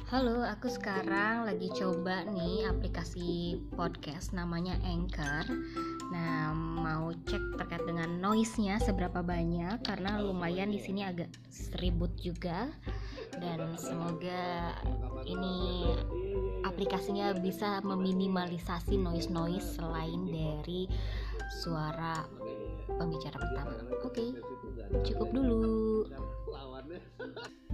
Halo, aku sekarang lagi coba nih aplikasi podcast namanya Anchor. Nah, mau cek terkait dengan noise-nya seberapa banyak karena lumayan di sini agak seribut juga, dan semoga ini aplikasinya bisa meminimalisasi noise selain dari suara pembicara pertama. Oke, cukup dulu.